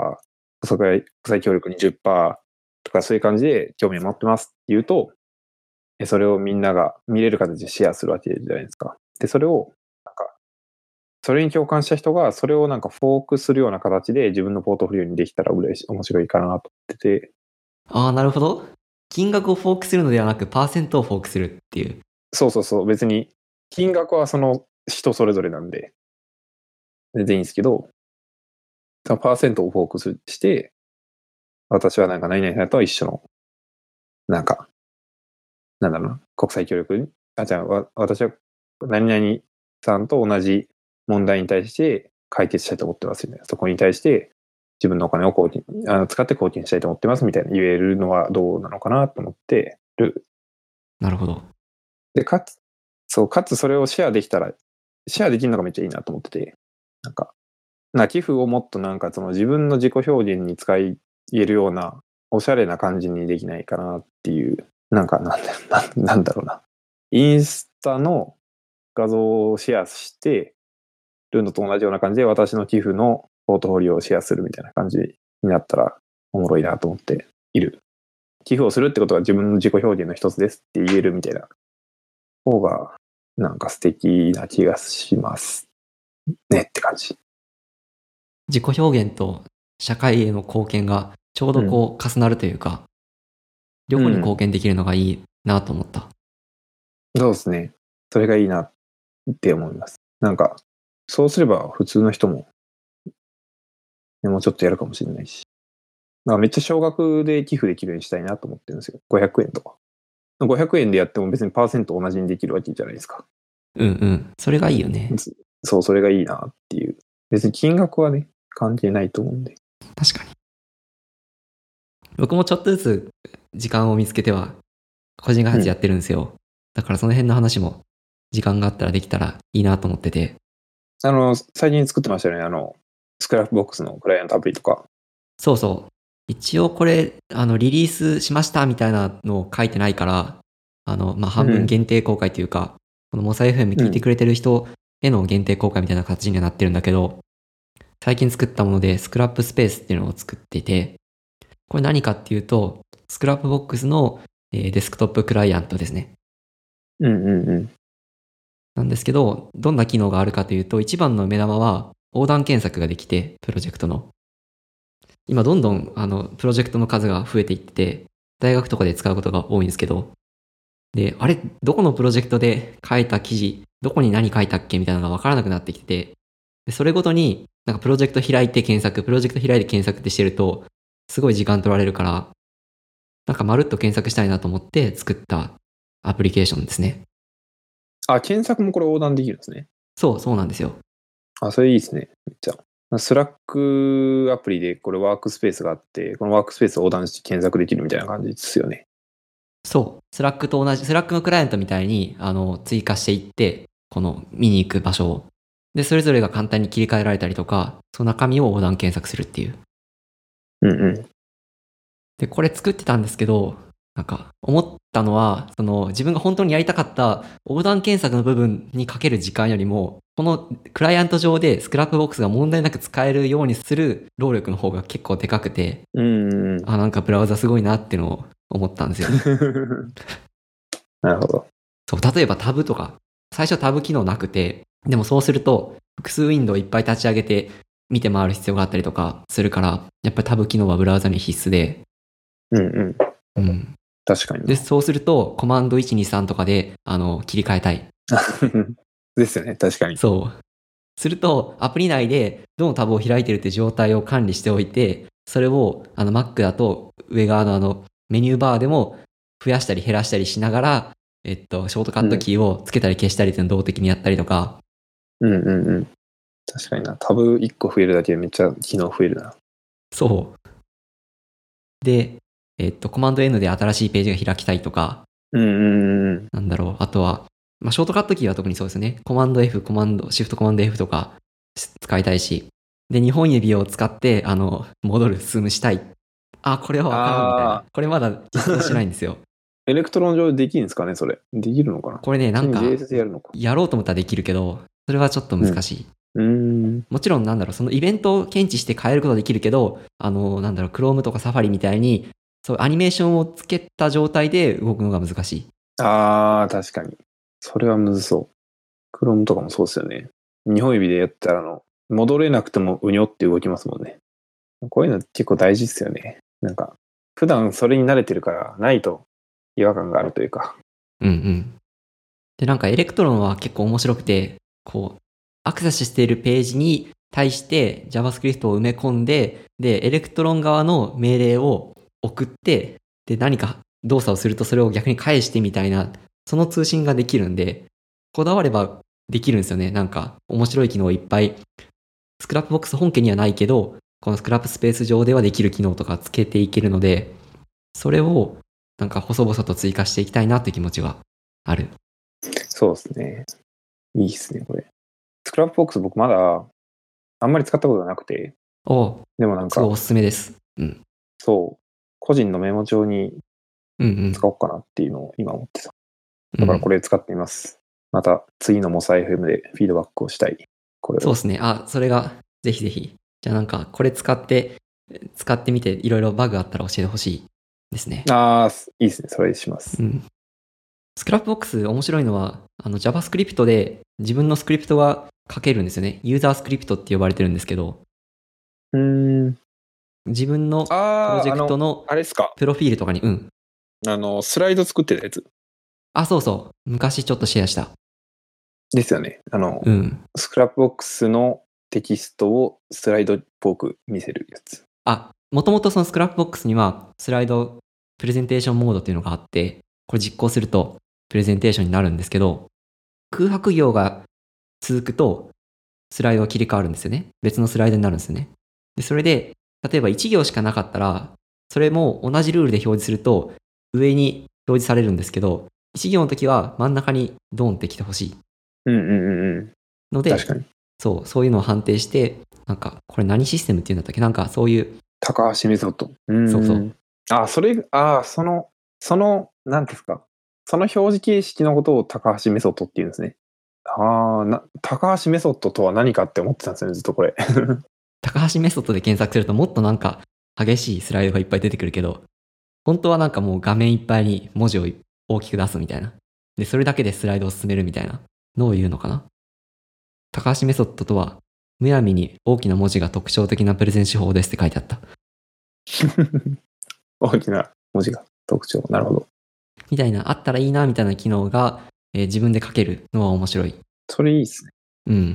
30%、国際協力に10%とかそういう感じで興味を持ってますって言うと、それをみんなが見れる形でシェアするわけじゃないですか。で、それを、それに共感した人が、それをなんかフォークするような形で自分のポートフォリオにできたら面白いかなと思ってて。 ああ、なるほど。金額をフォークするのではなく、パーセントをフォークするっていう。 そう。別に、金額はその人それぞれなんで、全然いいんですけど、そのパーセントをフォークして、私はなんか何々さんと一緒の、なんだろうな、国際協力に、私は何々さんと同じ問題に対して解決したいと思ってますよね。そこに対して自分のお金を使って貢献したいと思ってますみたいな言えるのはどうなのかなと思ってる。 なるほど。 で、かつそれをシェアできるのがめっちゃいいなと思ってて、寄付をもっとその自分の自己表現に使えるようなおしゃれな感じにできないかなっていう、なんだろうな。インスタの画像をシェアしてるのと同じような感じで私の寄付のポートフォリオをシェアするみたいな感じになったらおもろいなと思っている。寄付をするってことは自分の自己表現の一つですって言えるみたいな方が素敵な気がしますねって感じ。 自己表現と社会への貢献がちょうど重なるというか、両方に貢献できるのがいいなと思った。 そうですね。それがいいなって思います。そうすれば普通の人も、もうちょっとやるかもしれないし。めっちゃ少額で寄付できるようにしたいなと思ってるんですよ。500円とか。500円でやっても別にパーセント同じにできるわけじゃないですか。 それがいいよね。 そう、それがいいなっていう。別に金額はね、関係ないと思うんで。 確かに。僕もちょっとずつ時間を見つけては、個人開発やってるんですよ。だからその辺の話も時間があったらできたらいいなと思ってて。 最近作ってましたよね。スクラップボックスのクライアントアプリとか。 そうそう。一応これ、リリースしましたみたいなのを書いてないから、半分限定公開というか、このモサ FM 聞いてくれてる人への限定公開みたいな形にはなってるんだけど、最近作ったもので、スクラップスペースっていうのを作っていて、これ何かっていうと、スクラップボックスの、デスクトップクライアントですね。なんですけど、どんな機能があるかというと、一番の目玉は横断検索ができて、プロジェクトの。今どんどんプロジェクトの数が増えていってて、大学とかで使うことが多いんですけど、で、あれ、どこのプロジェクトで書いた記事、どこに何書いたっけみたいなのが分からなくなってきてて、でそれごとにプロジェクト開いて検索、プロジェクト開いて検索ってしてると、すごい時間取られるから、まるっと検索したいなと思って作ったアプリケーションですね。 検索もこれ横断できるんですね。 そうなんですよ。 それいいですね。めっちゃ。スラックアプリでこれワークスペースがあって、このワークスペースを横断して検索できるみたいな感じですよね。 そう。スラックと同じ、スラックのクライアントみたいに、追加していって、この見に行く場所を。で、それぞれが簡単に切り替えられたりとか、その中身を横断検索するっていう。で、これ作ってたんですけど、 なんか思ったのは、その自分が本当にやりたかった横断検索の部分にかける時間よりも、このクライアント上でスクラップボックスが問題なく使えるようにする労力の方が結構でかくて、なんかブラウザすごいなっていうのを思ったんですよ。 なるほど。 そう、例えばタブとか、最初タブ機能なくて、でもそうすると複数ウィンドウいっぱい立ち上げて見て回る必要があったりとかするから、やっぱりタブ機能はブラウザに必須で、 確かに。 で、そうすると、コマンド123とかで、切り替えたい。 ですよね、確かに。 そう。すると、アプリ内でどのタブを開いてるって状態を管理しておいて、それを、Mac だと、上側のメニューバーでも増やしたり減らしたりしながら、ショートカットキーをつけたり消したりっていうのを動的にやったりとか。 確かにな。タブ1個増えるだけでめっちゃ機能増えるな。 そう。で、コマンド N で新しいページが開きたいとか、なんだろう、あとは、ショートカットキーは特にそうですね。コマンド F、シフトコマンド F とか使いたいし、で、2本指を使って、進むしたい。これはわからんみたいな。これまだ実装してないんですよ。 エレクトロン上でできるんですかね、それ。できるのかな。 これね、なんか、やろうと思ったらできるけど、それはちょっと難しい。もちろん、そのイベントを検知して変えることはできるけど、Chrome とか Safari みたいに、そう、アニメーションをつけた状態で動くのが難しい。 確かに。それはむずそう。Chrome とかもそうですよね。2本指でやったら、戻れなくてもうにょって動きますもんね。こういうの結構大事ですよね。なんか、普段それに慣れてるからないと違和感があるというか。 で、エレクトロンは結構面白くて、アクセスしているページに対して JavaScript を埋め込んで、で、エレクトロン側の命令を送って、で、何か動作をするとそれを逆に返してみたいな、その通信ができるんで、こだわればできるんですよね。面白い機能いっぱい。スクラップボックス本家にはないけど、このスクラップスペース上ではできる機能とかつけていけるので、それを細々と追加していきたいなって気持ちがある。 そうですね。いいですね、これ。スクラップボックス僕まだあんまり使ったことがなくて。でもすごいおすすめです。 そう。個人のメモ帳に使おうかなっていうのを今思ってた。だからこれ使ってみます。また次のモサ FM でフィードバックをしたい。これそうですね。それがぜひぜひ。じゃあこれ使ってみていろいろバグあったら教えてほしいですね。 いいですね。それします。 スクラップボックス面白いのは、JavaScript で自分のスクリプトが書けるんですよね。ユーザースクリプトって呼ばれてるんですけど。自分のプロジェクトのプロフィールとかに、 スライド作ってたやつ。 そうそう。昔ちょっとシェアした。 ですよね。スクラップボックスのテキストをスライドっぽく見せるやつ。 もともとそのスクラップボックスにはスライドプレゼンテーションモードっていうのがあって、これ実行するとプレゼンテーションになるんですけど、空白行が続くとスライドが切り替わるんですよね。別のスライドになるんですよね。で、それで、例えば1行しかなかったら、それも同じルールで表示すると上に表示されるんですけど、1行の時は真ん中にドンって来てほしい。ので、 確かに。 そういうのを判定して、これ何システムっていうんだったっけ、そういう。 高橋メソッド。 そうそう。 その、なんですか。その表示形式のことを高橋メソッドっていうんですね。高橋メソッドとは何かって思ってたんですよね、ずっとこれ。 高橋メソッドで検索するともっと激しいスライドがいっぱい出てくるけど、本当はもう画面いっぱいに文字を大きく出すみたいな。で、それだけでスライドを進めるみたいなのを言うのかな。高橋メソッドとは、むやみに大きな文字が特徴的なプレゼン手法ですって書いてあった。 大きな文字が特徴。なるほど。 みたいな、あったらいいなみたいな機能が、自分で書けるのは面白い。 それいいですね。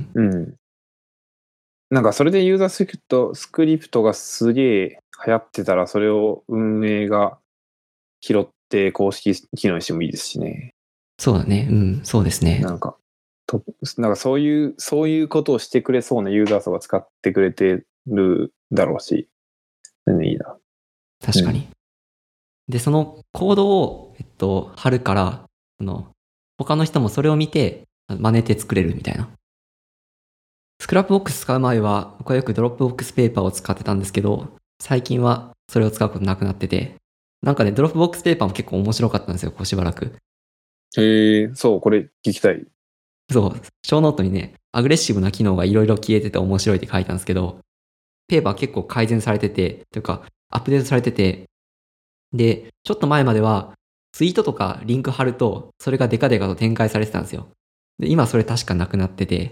それでユーザースクリプトがすげえ流行ってたら、それを運営が拾って公式機能にしてもいいですしね。 そうだね。そうですね。 そういうことをしてくれそうなユーザー層が使ってくれてるだろうし、全然いいな。 確かに。で、そのコードを、貼るから、他の人もそれを見て、真似て作れるみたいな。スクラップボックス使う前は、僕はよくドロップボックスペーパーを使ってたんですけど、最近はそれを使うことなくなってて、 なんかね、ドロップボックスペーパーも結構面白かったんですよ、こうしばらく。 へえ、そう、これ聞きたい。 そう、小ノートにね、アグレッシブな機能がいろいろ消えてて面白いって書いたんですけど、ペーパー結構改善されてて、というか、アップデートされてて、で、ちょっと前までは、ツイートとかリンク貼ると、それがデカデカと展開されてたんですよ。で、今それ確かなくなってて、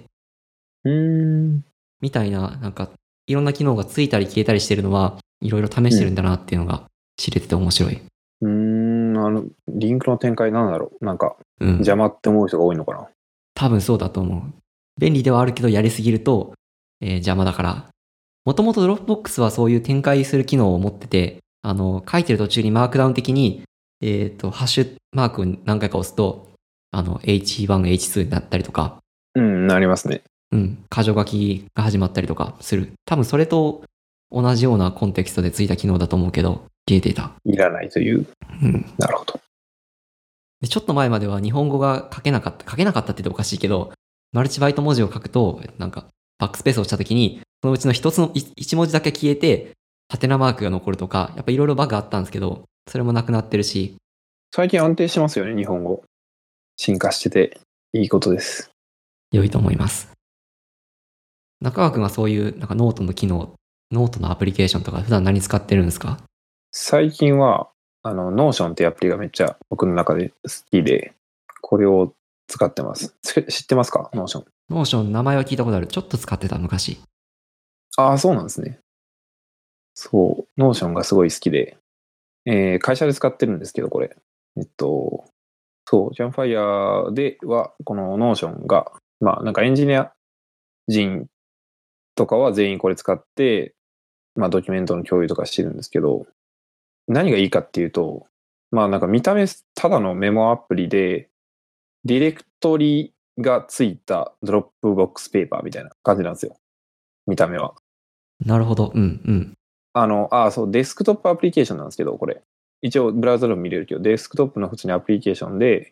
みたいな、なんか、いろんな機能がついたり消えたりしてるのは、いろいろ試してるんだなっていうのが知れてて面白い。 リンクの展開なんだろう。なんか、 うん。 邪魔って思う人が多いのかな。 多分そうだと思う。便利ではあるけど、やりすぎると、邪魔だから。もともとドロップボックスはそういう展開する機能を持ってて、書いてる途中にマークダウン的に、ハッシュマークを何回か押すと、H1、H2 になったりとか、 なりますね。 箇条書きが始まったりとかする。多分それと同じようなコンテキストでついた機能だと思うけど、消えていた。 いらないという。なるほど。 で、ちょっと前までは日本語が書けなかったって言っておかしいけど、マルチバイト文字を書くと、なんか、バックスペースをしたときに、そのうちの一文字だけ消えて、ハテナマークが残るとか、やっぱいろいろバグあったんですけど、それもなくなってるし。 最近安定してますよね、日本語。進化してて、いいことです。 良いと思います。中川くんはそういう、なんかノートの機能、ノートのアプリケーションとか普段何使ってるんですか？ 最近は、ノーションっていうアプリがめっちゃ僕の中で好きで、これを使ってます。知ってますか？ノーション。 ノーション、名前は聞いたことある。ちょっと使ってた、昔。 ああ、そうなんですね。そう、ノーションがすごい好きで、会社で使ってるんですけど、これ。そう、ジャンファイヤーでは、このノーションが、まあ、なんかエンジニア人とかは全員これ使って、まあ、ドキュメントの共有とかしてるんですけど、何がいいかっていうと、まあ、なんか見た目、ただのメモアプリで、ディレクトリがついたドロップボックスペーパーみたいな感じなんですよ。見た目は。 なるほど。 そう、デスクトップアプリケーションなんですけど、これ。一応、ブラウザでも見れるけど、デスクトップの普通にアプリケーションで、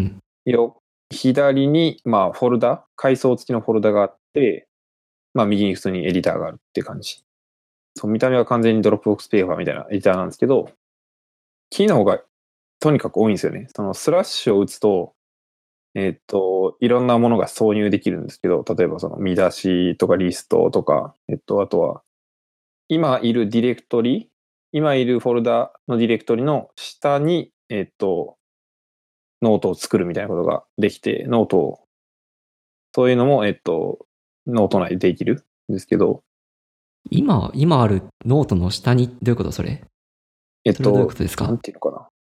左に、まあ、フォルダ、階層付きのフォルダがあって、まあ、右に普通にエディターがあるって感じ。そう、見た目は完全にドロップボックスペーパーみたいなエディターなんですけど、機能がとにかく多いんですよね。そのスラッシュを打つと、いろんなものが挿入できるんですけど、例えばその見出しとかリストとか、あとは、今いるディレクトリ、今いるフォルダのディレクトリの下に、ノートを作るみたいなことができて、そういうのも、ノート内でできるんですけど、 今あるノートの下に、どういうことそれ？それはどういうことですか？ なんていうのかな。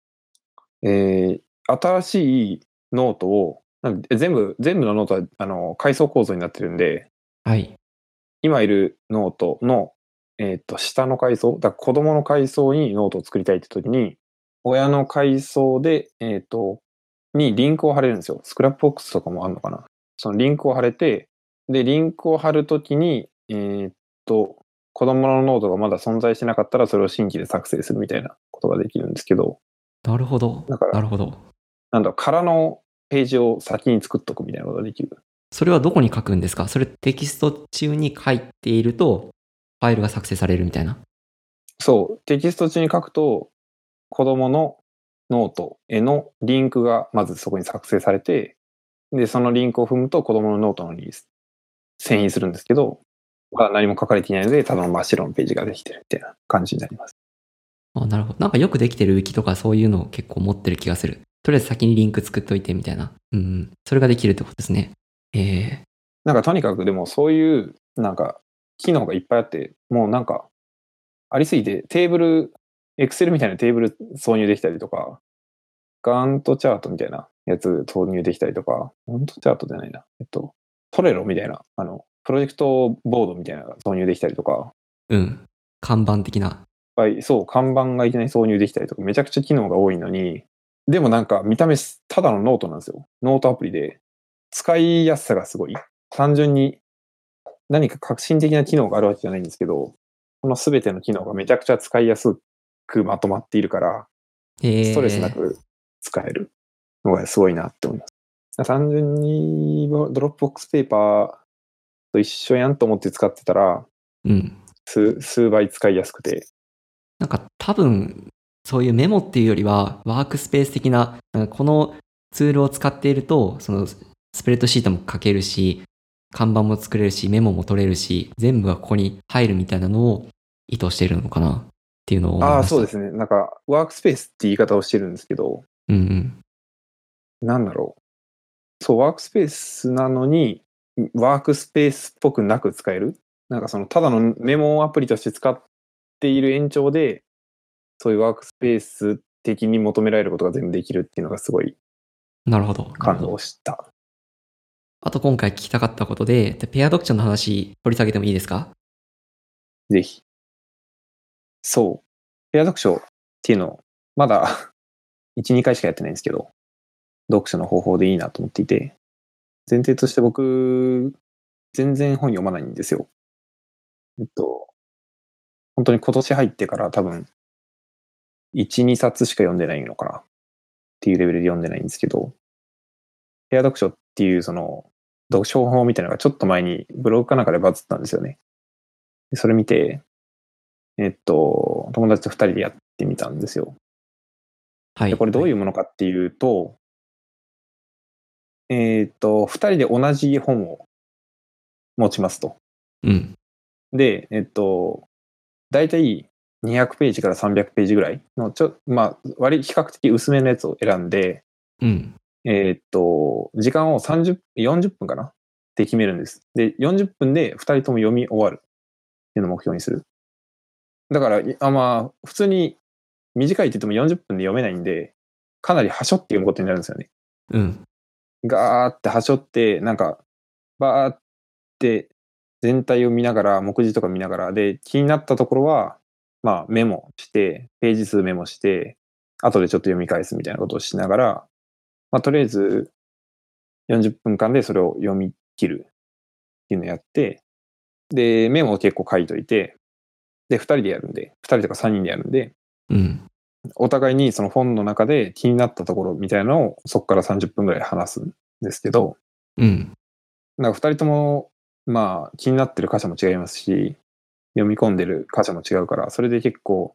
新しいノートを、全部のノートは、階層構造になってるんで、 はい。 今いるノートの、下の階層、だから子供の階層にノートを作りたいって時に、親の階層で、にリンクを貼れるんですよ。スクラップボックスとかもあるのかな。そのリンクを貼れて、で、リンクを貼るときに、子供のノートがまだ存在してなかったら、それを新規で作成するみたいなことができるんですけど。 なるほど。 だから、 なるほど。 空のページを先に作っとくみたいなことができる。 それはどこに書くんですか？それテキスト中に書いていると、ファイルが作成されるみたいな。 そう、テキスト中に書くと、子供のノートへのリンクがまずそこに作成されて、で、そのリンクを踏むと子供のノートのに遷移するんですけど、何も書かれていないので、ただの真っ白のページができてるみたいな感じになります。 あ、なるほど。なんかよくできてるウィキとかそういうのを結構持ってる気がする。とりあえず先にリンク作っといてみたいな。それができるってことですね。 なんかとにかくでもそういう、なんか、機能がいっぱいあって、もうなんか、ありすぎて、Excel みたいなテーブル挿入できたりとか、ガントチャートみたいなやつ投入できたりとか、ガントチャートじゃないな。トレロみたいな、プロジェクトボードみたいなのが挿入できたりとか。 看板的な。 そう、看板がいきなり挿入できたりとか、めちゃくちゃ機能が多いのに、でもなんか見た目、ただのノートなんですよ。ノートアプリで。使いやすさがすごい。単純に何か革新的な機能があるわけじゃないんですけど、この全ての機能がめちゃくちゃ使いやすくまとまっているから、ストレスなく使えるのがすごいなって思います。単純にドロップボックスペーパーと一緒やんと思って使ってたら、数倍使いやすくて。 なんか多分、 そういうメモっていうよりは、ワークスペース的な、なんかこのツールを使っていると、そのスプレッドシートも書けるし、看板も作れるし、メモも取れるし、全部がここに入るみたいなのを意図しているのかなっていうのを思いました。 そうですね。なんか、ワークスペースって言い方をしてるんですけど、 うんうん。 なんだろう。そう、ワークスペースなのに、ワークスペースっぽくなく使える。なんかその、ただのメモアプリとして使っている延長で、そういうワークスペース的に求められることが全部できるっていうのがすごいなるほど。 感動した。 あと今回聞きたかったことで、ペア読書の話掘り下げてもいいですか？ ぜひ。そう。ペア読書っていうの、まだ1、2回しかやってないんですけど、読書の方法でいいなと思っていて、前提として僕、全然本読まないんですよ。本当に今年入ってから多分、1、2冊しか読んでないのかなっていうレベルで読んでないんですけど、ペア読書っていうその、読書法みたいなのがちょっと前にブログかなんかでバズったんですよね。でそれ見て、友達と2人でやってみたんですよ。 はい。 でこれどういうものかっていうと、2人で同じ本を持ちますと。 うん。 で、大体200ページから300ページぐらいのまあ、比較的薄めのやつを選んで、 うん。 時間を40分かなって決めるんです。で、40分で2人とも読み終わるっていうのを目標にする。だから、まあ、普通に短いって言っても40分で読めないんで、かなりはしょって読むことになるんですよね。 うん。 ガーってはしょって、なんか、バーって全体を見ながら、目次とか見ながら、で、気になったところは、まあ、メモして、ページ数メモして、後でちょっと読み返すみたいなことをしながら、まあ、とりあえず40分間でそれを読み切るっていうのをやって、で、メモを結構書いといて、で、2人でやるんで、2人とか3人でやるんで、 うん。 お互いにその本の中で気になったところみたいなのをそこから30分ぐらい話すんですけど、 うん。 なんか2人とも、まあ、気になってる箇所も違いますし、読み込んでる箇所も違うから、それで結構、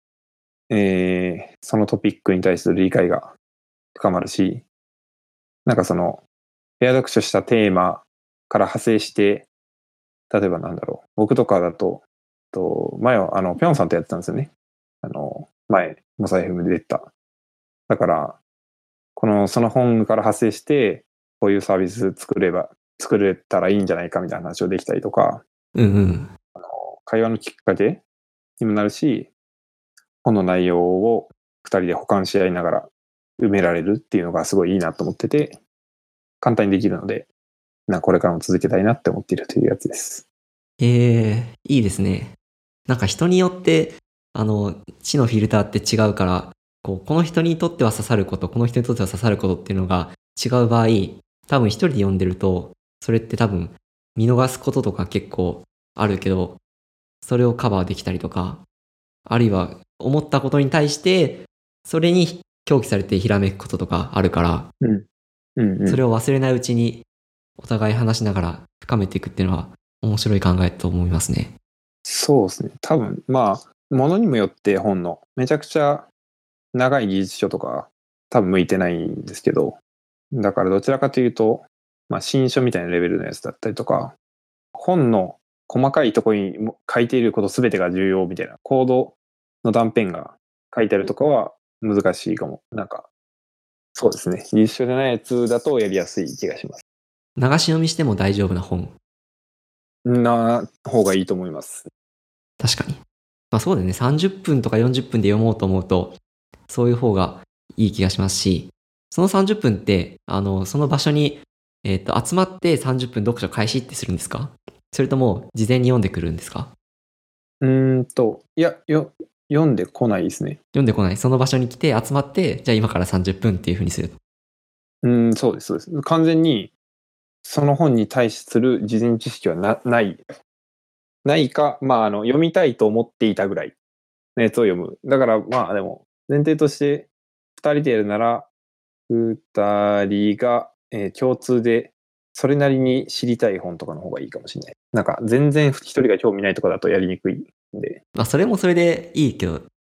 そのトピックに対する理解が深まるし、なんかその、ペア読書したテーマから派生して、例えばなんだろう、僕とかだと、前はぴょんさんとやってたんですよね。前、モサイフムで出てた。だから、その本から派生して、こういうサービス作れたらいいんじゃないかみたいな話をできたりとか、 うんうん。 会話のきっかけにもなるし、本の内容を二人で補完し合いながら埋められるっていうのがすごいいいなと思ってて、簡単にできるので、これからも続けたいなって思っているというやつです。 いいですね。なんか人によって、知のフィルターって違うから、この人にとっては刺さること、この人にとっては刺さることっていうのが違う場合、多分一人で読んでると、それって多分見逃すこととか結構あるけど、それをカバーできたりとか、あるいは思ったことに対して、それに狂気されてひらめくこととかあるから、それを忘れないうちにお互い話しながら深めていくっていうのは面白い考えと思いますね。 そうですね。多分、まあ、ものにもよって本の、めちゃくちゃ長い技術書とか、多分向いてないんですけど、だからどちらかというと、まあ、新書みたいなレベルのやつだったりとか、本の細かいところに書いていること全てが重要みたいな、コードの断片が書いてあるとかは難しいかも。なんか、そうですね。技術書じゃないやつだとやりやすい気がします。 流し読みしても大丈夫な本。 な方がいいと思います。 確かに。まあそうだよね。30分とか40分で読もうと思うと、そういう方がいい気がしますし、その30分って、その場所に、集まって30分読書開始ってするんですか？それとも、事前に読んでくるんですか？ いや、読んでこないですね。 読んでこない。その場所に来て集まって、じゃあ今から30分っていう風にする。 そうです、そうです。完全に、その本に対する事前知識はない。ないか、まあ、読みたいと思っていたぐらいのやつを読む。だから、まあ、でも、前提として、二人でやるなら、二人が、共通で、それなりに知りたい本とかの方がいいかもしれない。なんか、全然一人が興味ないとかだとやりにくいんで。 まあそれもそれでいいけど、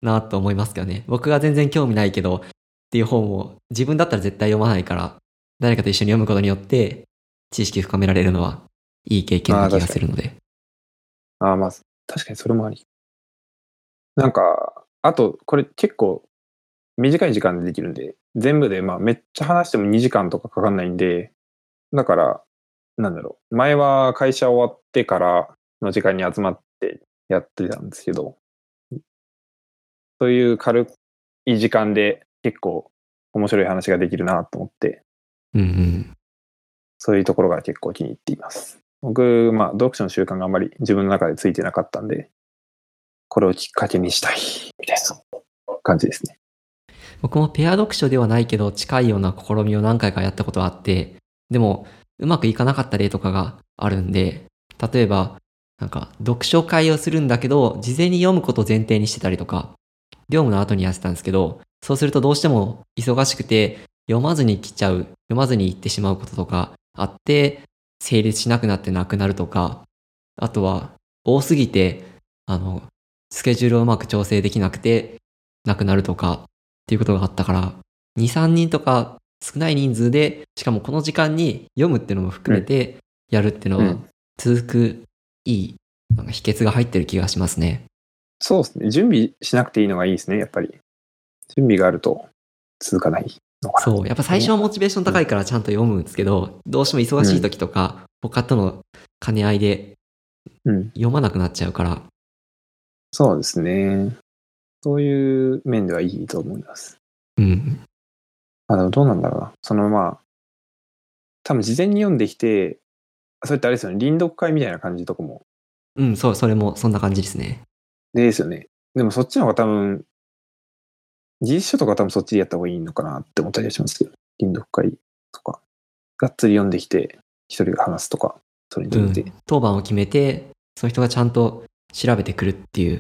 なと思いますけどね。僕が全然興味ないけどっていう本を自分だったら絶対読まないから、誰かと一緒に読むことによって知識深められるのはいい経験な気がするので。 まあ、確かにそれもあり。なんか、あと、これ結構短い時間でできるんで、全部でまあめっちゃ話しても2時間とかかかんないんで、だから、なんだろう。前は会社終わってからの時間に集まってやってたんですけど、そういう軽い時間で結構面白い話ができるなと思って、 うんうん。 そういうところが結構気に入っています。僕、まあ、読書の習慣があんまり自分の中でついてなかったんで、これをきっかけにしたい、みたいな感じですね。 僕もペア読書ではないけど、近いような試みを何回かやったことがあって、でも、うまくいかなかった例とかがあるんで、例えば、なんか、読書会をするんだけど、事前に読むことを前提にしてたりとか、業務の後にやってたんですけど、そうするとどうしても忙しくて、読まずに来ちゃう、読まずに行ってしまうこととかあって、成立しなくなってなくなるとか、あとは、多すぎて、スケジュールをうまく調整できなくて、なくなるとか、っていうことがあったから、2、3人とか少ない人数で、しかもこの時間に読むっていうのも含めてやるっていうのは、続くいい、なんか秘訣が入ってる気がしますね。 そうですね。準備しなくていいのがいいですね、やっぱり。準備があると続かないのかな。 そう、やっぱ最初はモチベーション高いからちゃんと読むんですけど、どうしても忙しい時とか、他との兼ね合いで読まなくなっちゃうから。 そうですね。そういう面ではいいと思います。 うん。 でもどうなんだろうな。多分事前に読んできて、それってあれですよね、臨読会みたいな感じとかも。 うん、そう、それもそんな感じですね。 ですよね。でもそっちの方が多分、技術書とか多分そっちでやった方がいいのかなって思ったりしますけど、臨読会とか、がっつり読んできて、一人が話すとか、それについて。 当番を決めて、その人がちゃんと調べてくるっていう。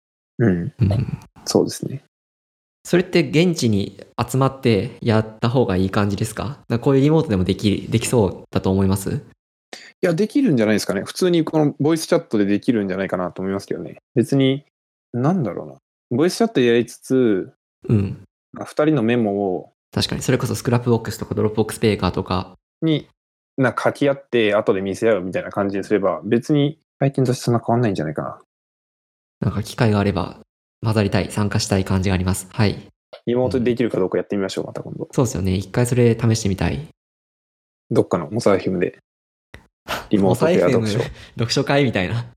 そうですね。 それって現地に集まってやった方がいい感じですか？こういうリモートでもできそうだと思います？ いや、できるんじゃないですかね。普通にこのボイスチャットでできるんじゃないかなと思いますけどね。別に、なんだろうな。ボイスチャットやりつつ、二人のメモを、 確かに、それこそスクラップボックスとかドロップボックスペーカーとかに、書き合って後で見せ合うみたいな感じにすれば、別に体験としてそんな変わんないんじゃないかな。 なんか機会があれば混ざりたい、参加したい感じがあります。はい。 リモートでできるかどうかやってみましょう、また今度。 そうですよね。一回それ試してみたい。 どっかのモサイフムで。リモートペア読書。 読書会みたいな。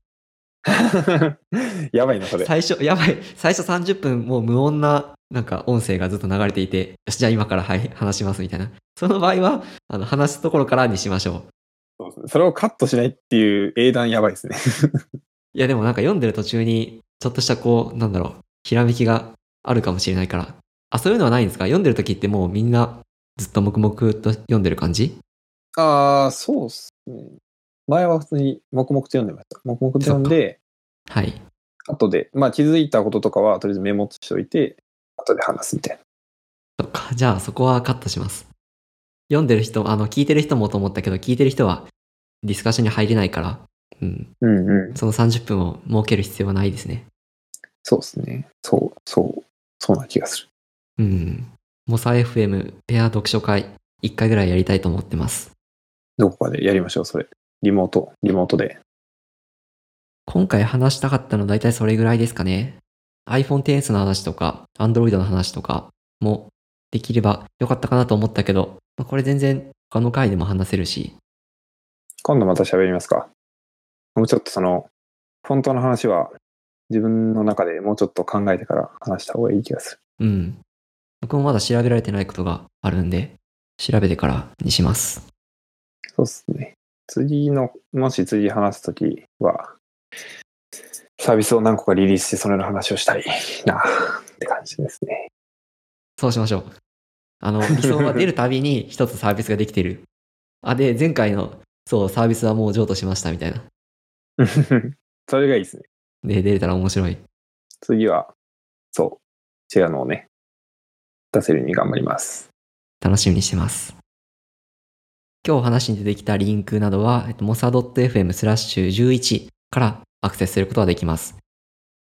やばいな、それ。 やばい。最初30分もう無音な、なんか音声がずっと流れていて、よし、じゃあ今から話しますみたいな。その場合は、話すところからにしましょう。それをカットしないっていう英断やばいですね。 いや、でもなんか読んでる途中に、ちょっとしたひらめきがあるかもしれないから。あ、そういうのはないんですか？読んでる時ってもうみんなずっと黙々と読んでる感じ？ そうっすね。前は普通に黙々と読んでました。黙々と読んで、 はい。 後で、気づいたこととかはとりあえずメモしておいて、後で話すみたいな。 そっか。じゃあそこはカットします。読んでる人、聞いてる人もと思ったけど、聞いてる人はディスカッションに入れないから、その30分を設ける必要はないですね。 そうですね。そうな気がする。 モサ FM ペア読書会、1回ぐらいやりたいと思ってます。 どこかでやりましょう、それ。リモートで。 今回話したかったの大体それぐらいですかね。iPhone XS の話とか、Android の話とかもできればよかったかなと思ったけど、これ全然他の回でも話せるし。 今度また喋りますか。もうちょっとフォントの話は自分の中でもうちょっと考えてから話した方がいい気がする。僕もまだ調べられてないことがあるんで、調べてからにします。 そうですね。もし次話すときは、サービスを何個かリリースしてそれの話をしたいなって感じですね。 そうしましょう。理想は出るたびに一つサービスができてる。で、前回の、サービスはもう譲渡しましたみたいな。 それがいいですね。 で、出れたら面白い。 次は、違うのをね、出せるように頑張ります。 楽しみにしてます。今日話に出てきたリンクなどは、mosa.fm/11 からアクセスすることができます。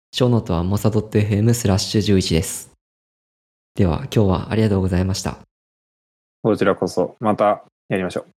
ショーノートは mosa.fm/11 です。では今日はありがとうございました。 こちらこそまたやりましょう。